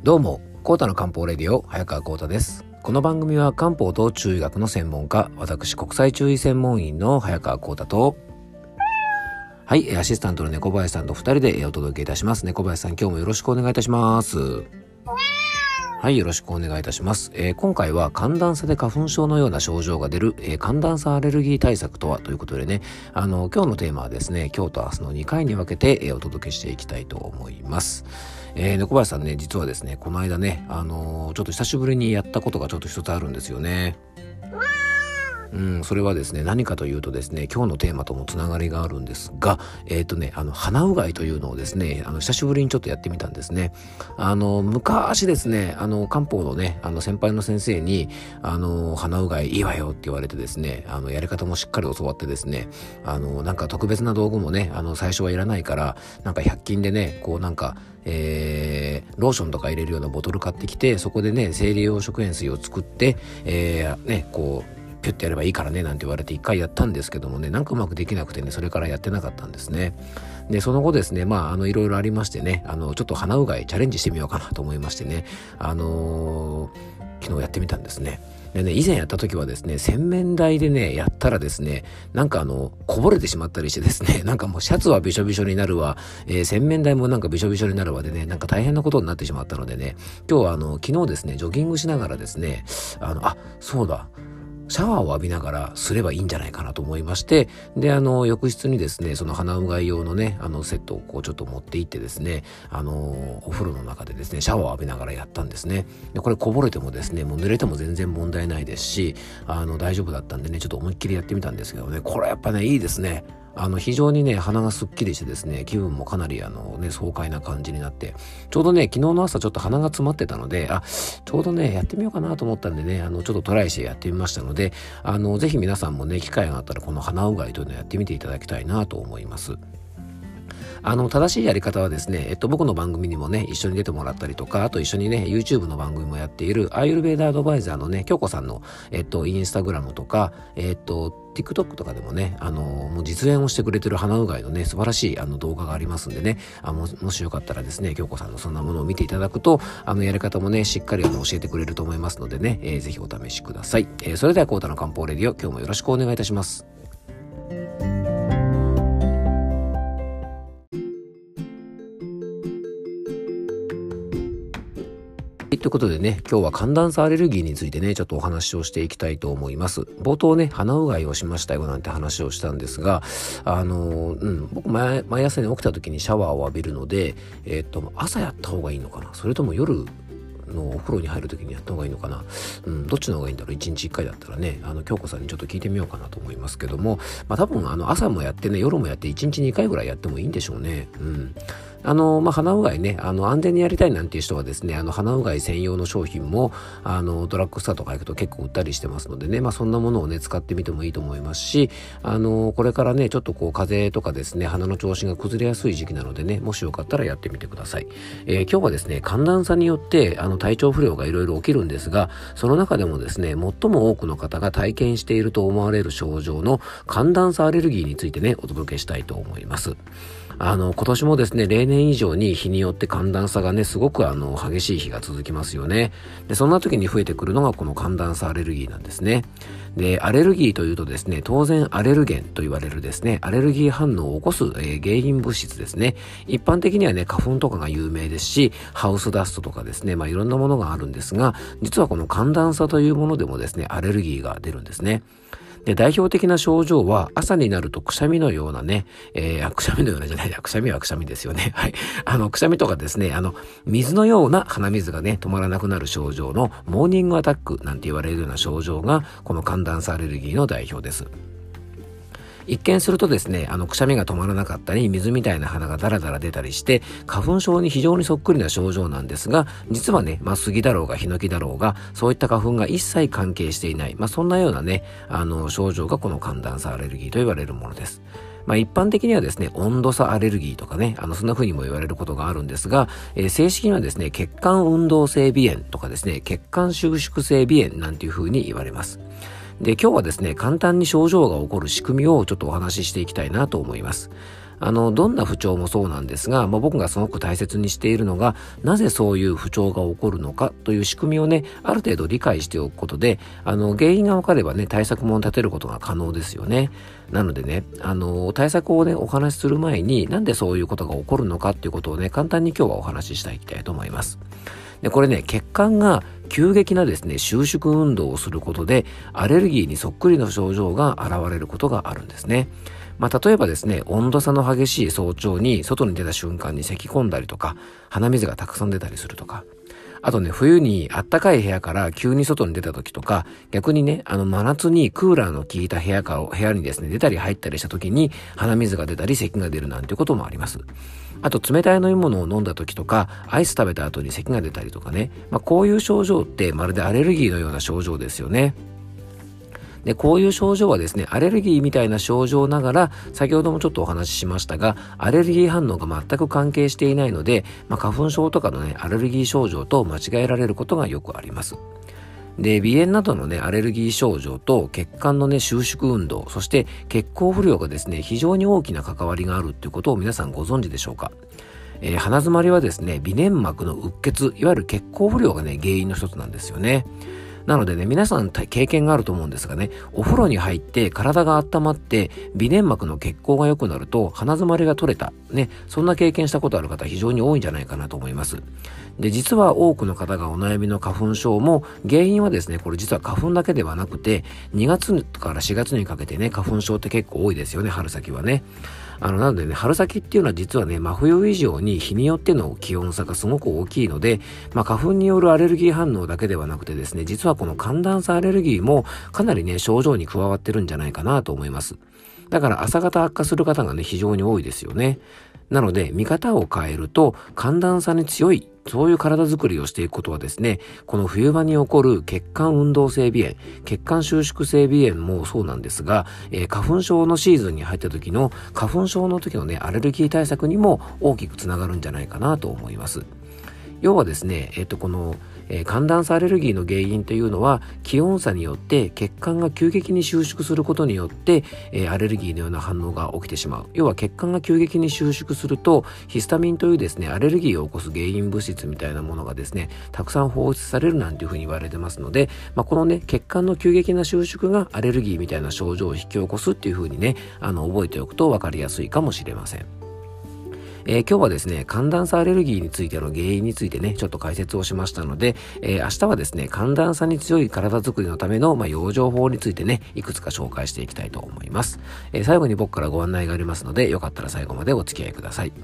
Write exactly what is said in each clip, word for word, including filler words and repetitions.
どうも、コータの漢方レディオ早川コータです。この番組は漢方と中医学の専門家、私国際中医専門員の早川コータと、はい、アシスタントの猫林さんとふたりでお届けいたします。猫林さん、今日もよろしくお願いいたします。はい、よろしくお願いいたします。えー、今回は寒暖差で花粉症のような症状が出る、えー、寒暖差アレルギー対策とはということでね、あの今日のテーマはですね、今日と明日のにかいに分けて、えー、お届けしていきたいと思います。えー、猫林さんね、実はですね、この間ね、あのー、ちょっと久しぶりにやったことがちょっと一つあるんですよね。うん、それはですね、何かというとですね、今日のテーマともつながりがあるんですが、えっとね、あの鼻うがいというのをですね、あの久しぶりにちょっとやってみたんですね。あの昔ですね、あの漢方のね、あの先輩の先生にあの鼻うがいいいわよって言われてですね、あのやり方もしっかり教わってですね、あのなんか特別な道具もね、あの最初はいらないから、なんかひゃく均でね、こうなんかえー、ローションとか入れるようなボトル買ってきて、そこでね、生理用食塩水を作って、えー、ね、こうピュッてやればいいからねなんて言われて一回やったんですけどもね、なんかうまくできなくてね、それからやってなかったんですね。でその後ですね、まああのいろいろありましてね、あのちょっと鼻うがいチャレンジしてみようかなと思いましてね、あのー、昨日やってみたんですね。でね、以前やった時はですね、洗面台でねやったらですね、なんかあのこぼれてしまったりしてですね、なんかもうシャツはびしょびしょになるわ、えー、洗面台もなんかびしょびしょになるわでね、なんか大変なことになってしまったのでね、今日はあの昨日ですね、ジョギングしながらですね、あのあそうだシャワーを浴びながらすればいいんじゃないかなと思いまして、で、あの、浴室にですね、その鼻うがい用のね、あの、セットをこうちょっと持って行ってですね、あの、お風呂の中でですね、シャワーを浴びながらやったんですね。で、これこぼれてもですね、もう濡れても全然問題ないですし、あの、大丈夫だったんでね、ちょっと思いっきりやってみたんですけどね、これやっぱね、いいですね。あの非常にね鼻がすっきりしてですね、気分もかなりあのね爽快な感じになって、ちょうどね昨日の朝ちょっと鼻が詰まってたので、あちょうどねやってみようかなと思ったんでね、あのちょっとトライしてやってみましたので、あのぜひ皆さんもね機会があったらこの鼻うがいというのをやってみていただきたいなと思います。あの正しいやり方はですね、えっと僕の番組にもね一緒に出てもらったりとか、あと一緒にね YouTube の番組もやっているアーユルヴェーダアドバイザーのね京子さんのえっとインスタグラムとかえっとTikTok とかでもね、あのもう実演をしてくれてる鼻うがいのね素晴らしいあの動画がありますんでね、あももしよかったらですね、京子さんのそんなものを見ていただくと、あのやり方もねしっかりあの教えてくれると思いますのでね、えー、ぜひお試しください。えー、それではコータの漢方レディオ、今日もよろしくお願いいたします。ということでね、今日は寒暖差アレルギーについてねちょっとお話をしていきたいと思います。冒頭ね鼻うがいをしましたよなんて話をしたんですが、あのー、うん僕 毎, 毎朝に起きた時にシャワーを浴びるので、えー、っと朝やった方がいいのかな、それとも夜のお風呂に入る時にやった方がいいのかな、うん、どっちの方がいいんだろう。いちにちいっかいだったらね、あの京子さんにちょっと聞いてみようかなと思いますけども、まあ多分あの朝もやってね夜もやっていちにちにかいぐらいやってもいいんでしょうね。うんあの、まあ、鼻うがいね、あの、安全にやりたいなんていう人はですね、あの、鼻うがい専用の商品も、あの、ドラッグストアとか行くと結構売ったりしてますのでね、まあ、そんなものをね、使ってみてもいいと思いますし、あの、これからね、ちょっとこう、風邪とかですね、鼻の調子が崩れやすい時期なのでね、もしよかったらやってみてください。えー、今日はですね、寒暖差によって、あの、体調不良がいろいろ起きるんですが、その中でもですね、最も多くの方が体験していると思われる症状の寒暖差アレルギーについてね、お届けしたいと思います。あの今年もですね例年以上に日によって寒暖差がねすごくあの激しい日が続きますよね。でそんな時に増えてくるのがこの寒暖差アレルギーなんですね。でアレルギーというとですね、当然アレルゲンと言われるですねアレルギー反応を起こす、えー、原因物質ですね。一般的にはね花粉とかが有名ですし、ハウスダストとかですね、まあいろんなものがあるんですが、実はこの寒暖差というものでもですねアレルギーが出るんですね。で代表的な症状は朝になるとくしゃみのようなね、えー、くしゃみのようなじゃないや、くしゃみはくしゃみですよね。はい。あの、くしゃみとかですね、あの、水のような鼻水がね、止まらなくなる症状のモーニングアタックなんて言われるような症状が、この寒暖差アレルギーの代表です。一見するとですね、あのくしゃみが止まらなかったり、水みたいな鼻がダラダラ出たりして、花粉症に非常にそっくりな症状なんですが、実はね、まあ、杉だろうがヒノキだろうが、そういった花粉が一切関係していない、まあ、そんなようなね、あの症状がこの寒暖差アレルギーと言われるものです。まあ、一般的にはですね、温度差アレルギーとかね、あのそんな風にも言われることがあるんですが、えー、正式にはですね、血管運動性鼻炎とかですね、血管収縮性鼻炎なんていう風に言われます。で、今日はですね、簡単に症状が起こる仕組みをちょっとお話ししていきたいなと思います。 あの、どんな不調もそうなんですが、まあ、僕がすごく大切にしているのが、なぜそういう不調が起こるのかという仕組みをね、ある程度理解しておくことで、あの、原因が分かればね、対策も立てることが可能ですよね。なのでね、あの、対策をね、お話しする前に、なんでそういうことが起こるのかっていうことをね、簡単に今日はお話ししたいと思います。で、これね、血管が急激なですね、収縮運動をすることで、アレルギーにそっくりの症状が現れることがあるんですね。まあ、例えばですね、温度差の激しい早朝に外に出た瞬間に咳き込んだりとか、鼻水がたくさん出たりするとか、あとね、冬にあったかい部屋から急に外に出た時とか、逆にね、あの真夏にクーラーの効いた部屋から部屋にですね、出たり入ったりした時に鼻水が出たり咳が出るなんていうこともあります。あと冷たい飲み物を飲んだ時とか、アイス食べた後に咳が出たりとかね、まあ、こういう症状ってまるでアレルギーのような症状ですよね。で、こういう症状はですね、アレルギーみたいな症状ながら、先ほどもちょっとお話ししましたが、アレルギー反応が全く関係していないので、まあ、花粉症とかのね、アレルギー症状と間違えられることがよくあります。で、鼻炎などのね、アレルギー症状と血管のね、収縮運動、そして血行不良がですね、非常に大きな関わりがあるっていうことを皆さんご存知でしょうか。えー、鼻詰まりはですね、鼻粘膜のうっ血、いわゆる血行不良がね、原因の一つなんですよね。なのでね、皆さん経験があると思うんですがね、お風呂に入って体が温まって鼻粘膜の血行が良くなると鼻詰まりが取れた。ね、そんな経験したことある方非常に多いんじゃないかなと思います。で、実は多くの方がお悩みの花粉症も原因はですね、これ実は花粉だけではなくて、にがつからしがつにかけてね、花粉症って結構多いですよね、春先はね。あの、なのでね、春先っていうのは実はね、真冬以上に日によっての気温差がすごく大きいので、まあ花粉によるアレルギー反応だけではなくてですね、実はこの寒暖差アレルギーもかなりね、症状に加わってるんじゃないかなと思います。だから朝方悪化する方がね、非常に多いですよね。なので、見方を変えると、寒暖差に強い、そういう体づくりをしていくことはですね、この冬場に起こる血管運動性鼻炎、血管収縮性鼻炎もそうなんですが、えー、花粉症のシーズンに入った時の花粉症の時のね、アレルギー対策にも大きくつながるんじゃないかなと思います。要はですね、えっと、この、えー、寒暖差アレルギーの原因というのは気温差によって血管が急激に収縮することによって、えー、アレルギーのような反応が起きてしまう。要は血管が急激に収縮するとヒスタミンというですね、アレルギーを起こす原因物質みたいなものがですね、たくさん放出されるなんていうふうに言われてますので、まあ、このね、血管の急激な収縮がアレルギーみたいな症状を引き起こすっていうふうにね、あの覚えておくと分かりやすいかもしれません。えー、今日はですね、寒暖差アレルギーについての原因についてね、ちょっと解説をしましたので、えー、明日はですね、寒暖差に強い体づくりのための、まあ、養生法についてね、いくつか紹介していきたいと思います。えー、最後に僕からご案内がありますので、よかったら最後までお付き合いください。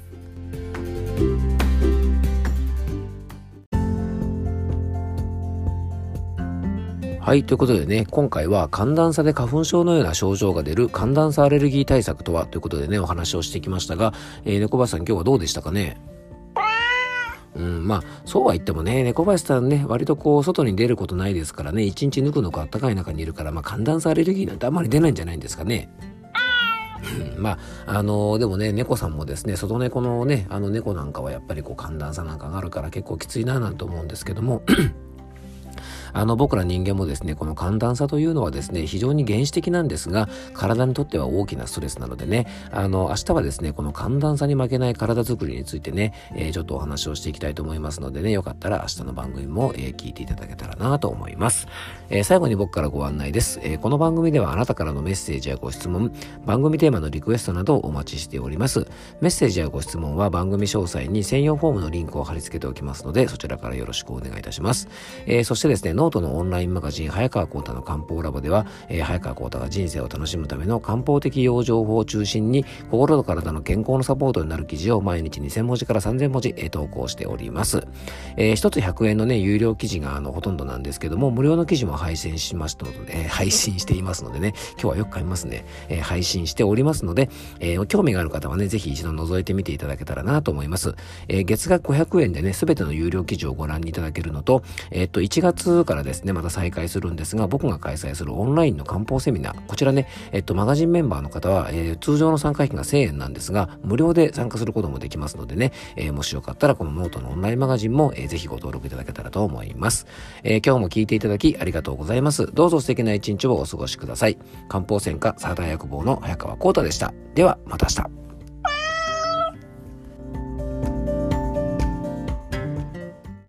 はい、ということでね、今回は寒暖差で花粉症のような症状が出る寒暖差アレルギー対策とはということでね、お話をしてきましたが、えー、猫林さん今日はどうでしたかね。うん、まあ、そうは言ってもね、猫林さんね、割とこう、外に出ることないですからね、一日抜くのか暖かい中にいるから、まあ、寒暖差アレルギーなんてあんまり出ないんじゃないんですかね。まあ、あのー、でもね、猫さんもですね、外猫のね、あの猫なんかはやっぱりこう、寒暖差なんかがあるから結構きついななんて思うんですけども、あの僕ら人間もですね、この寒暖差というのはですね、非常に原始的なんですが、体にとっては大きなストレスなのでね、あの明日はですね、この寒暖差に負けない体づくりについてね、えー、ちょっとお話をしていきたいと思いますのでね、よかったら明日の番組も、えー、聞いていただけたらなと思います。えー、最後に僕からご案内です、えー。この番組ではあなたからのメッセージやご質問、番組テーマのリクエストなどをお待ちしております。メッセージやご質問は番組詳細に専用フォームのリンクを貼り付けておきますので、そちらからよろしくお願いいたします。えー、そしてですね、ノートのオンラインマガジン早川浩太の漢方ラボでは、えー、早川浩太が人生を楽しむための漢方的養生法を中心に心と体の健康のサポートになる記事を毎日にせんもじからさんぜんもじ、えー、投稿しております。えー、一つひゃくえんのね、有料記事があのほとんどなんですけども、無料の記事も配信しましたので、えー、配信していますのでね、今日はよく噛みますね、えー、配信しておりますので、えー、興味がある方はね、ぜひ一度覗いてみていただけたらなと思います。えー、月額ごひゃくえんでね、すべての有料記事をご覧いただけるのと、えっと、いちがつからですね、また再開するんですが、僕が開催するオンラインの漢方セミナー、こちらね、えっと、マガジンメンバーの方は、えー、通常の参加費がせんえんなんですが、無料で参加することもできますのでね、えー、もしよかったらこのノートのオンラインマガジンも、えー、ぜひご登録いただけたらと思います。えー、今日も聞いていただきありがとうございます。どうぞ素敵な一日をお過ごしください。漢方専科サーター薬房の早川浩太でした。では、また明日。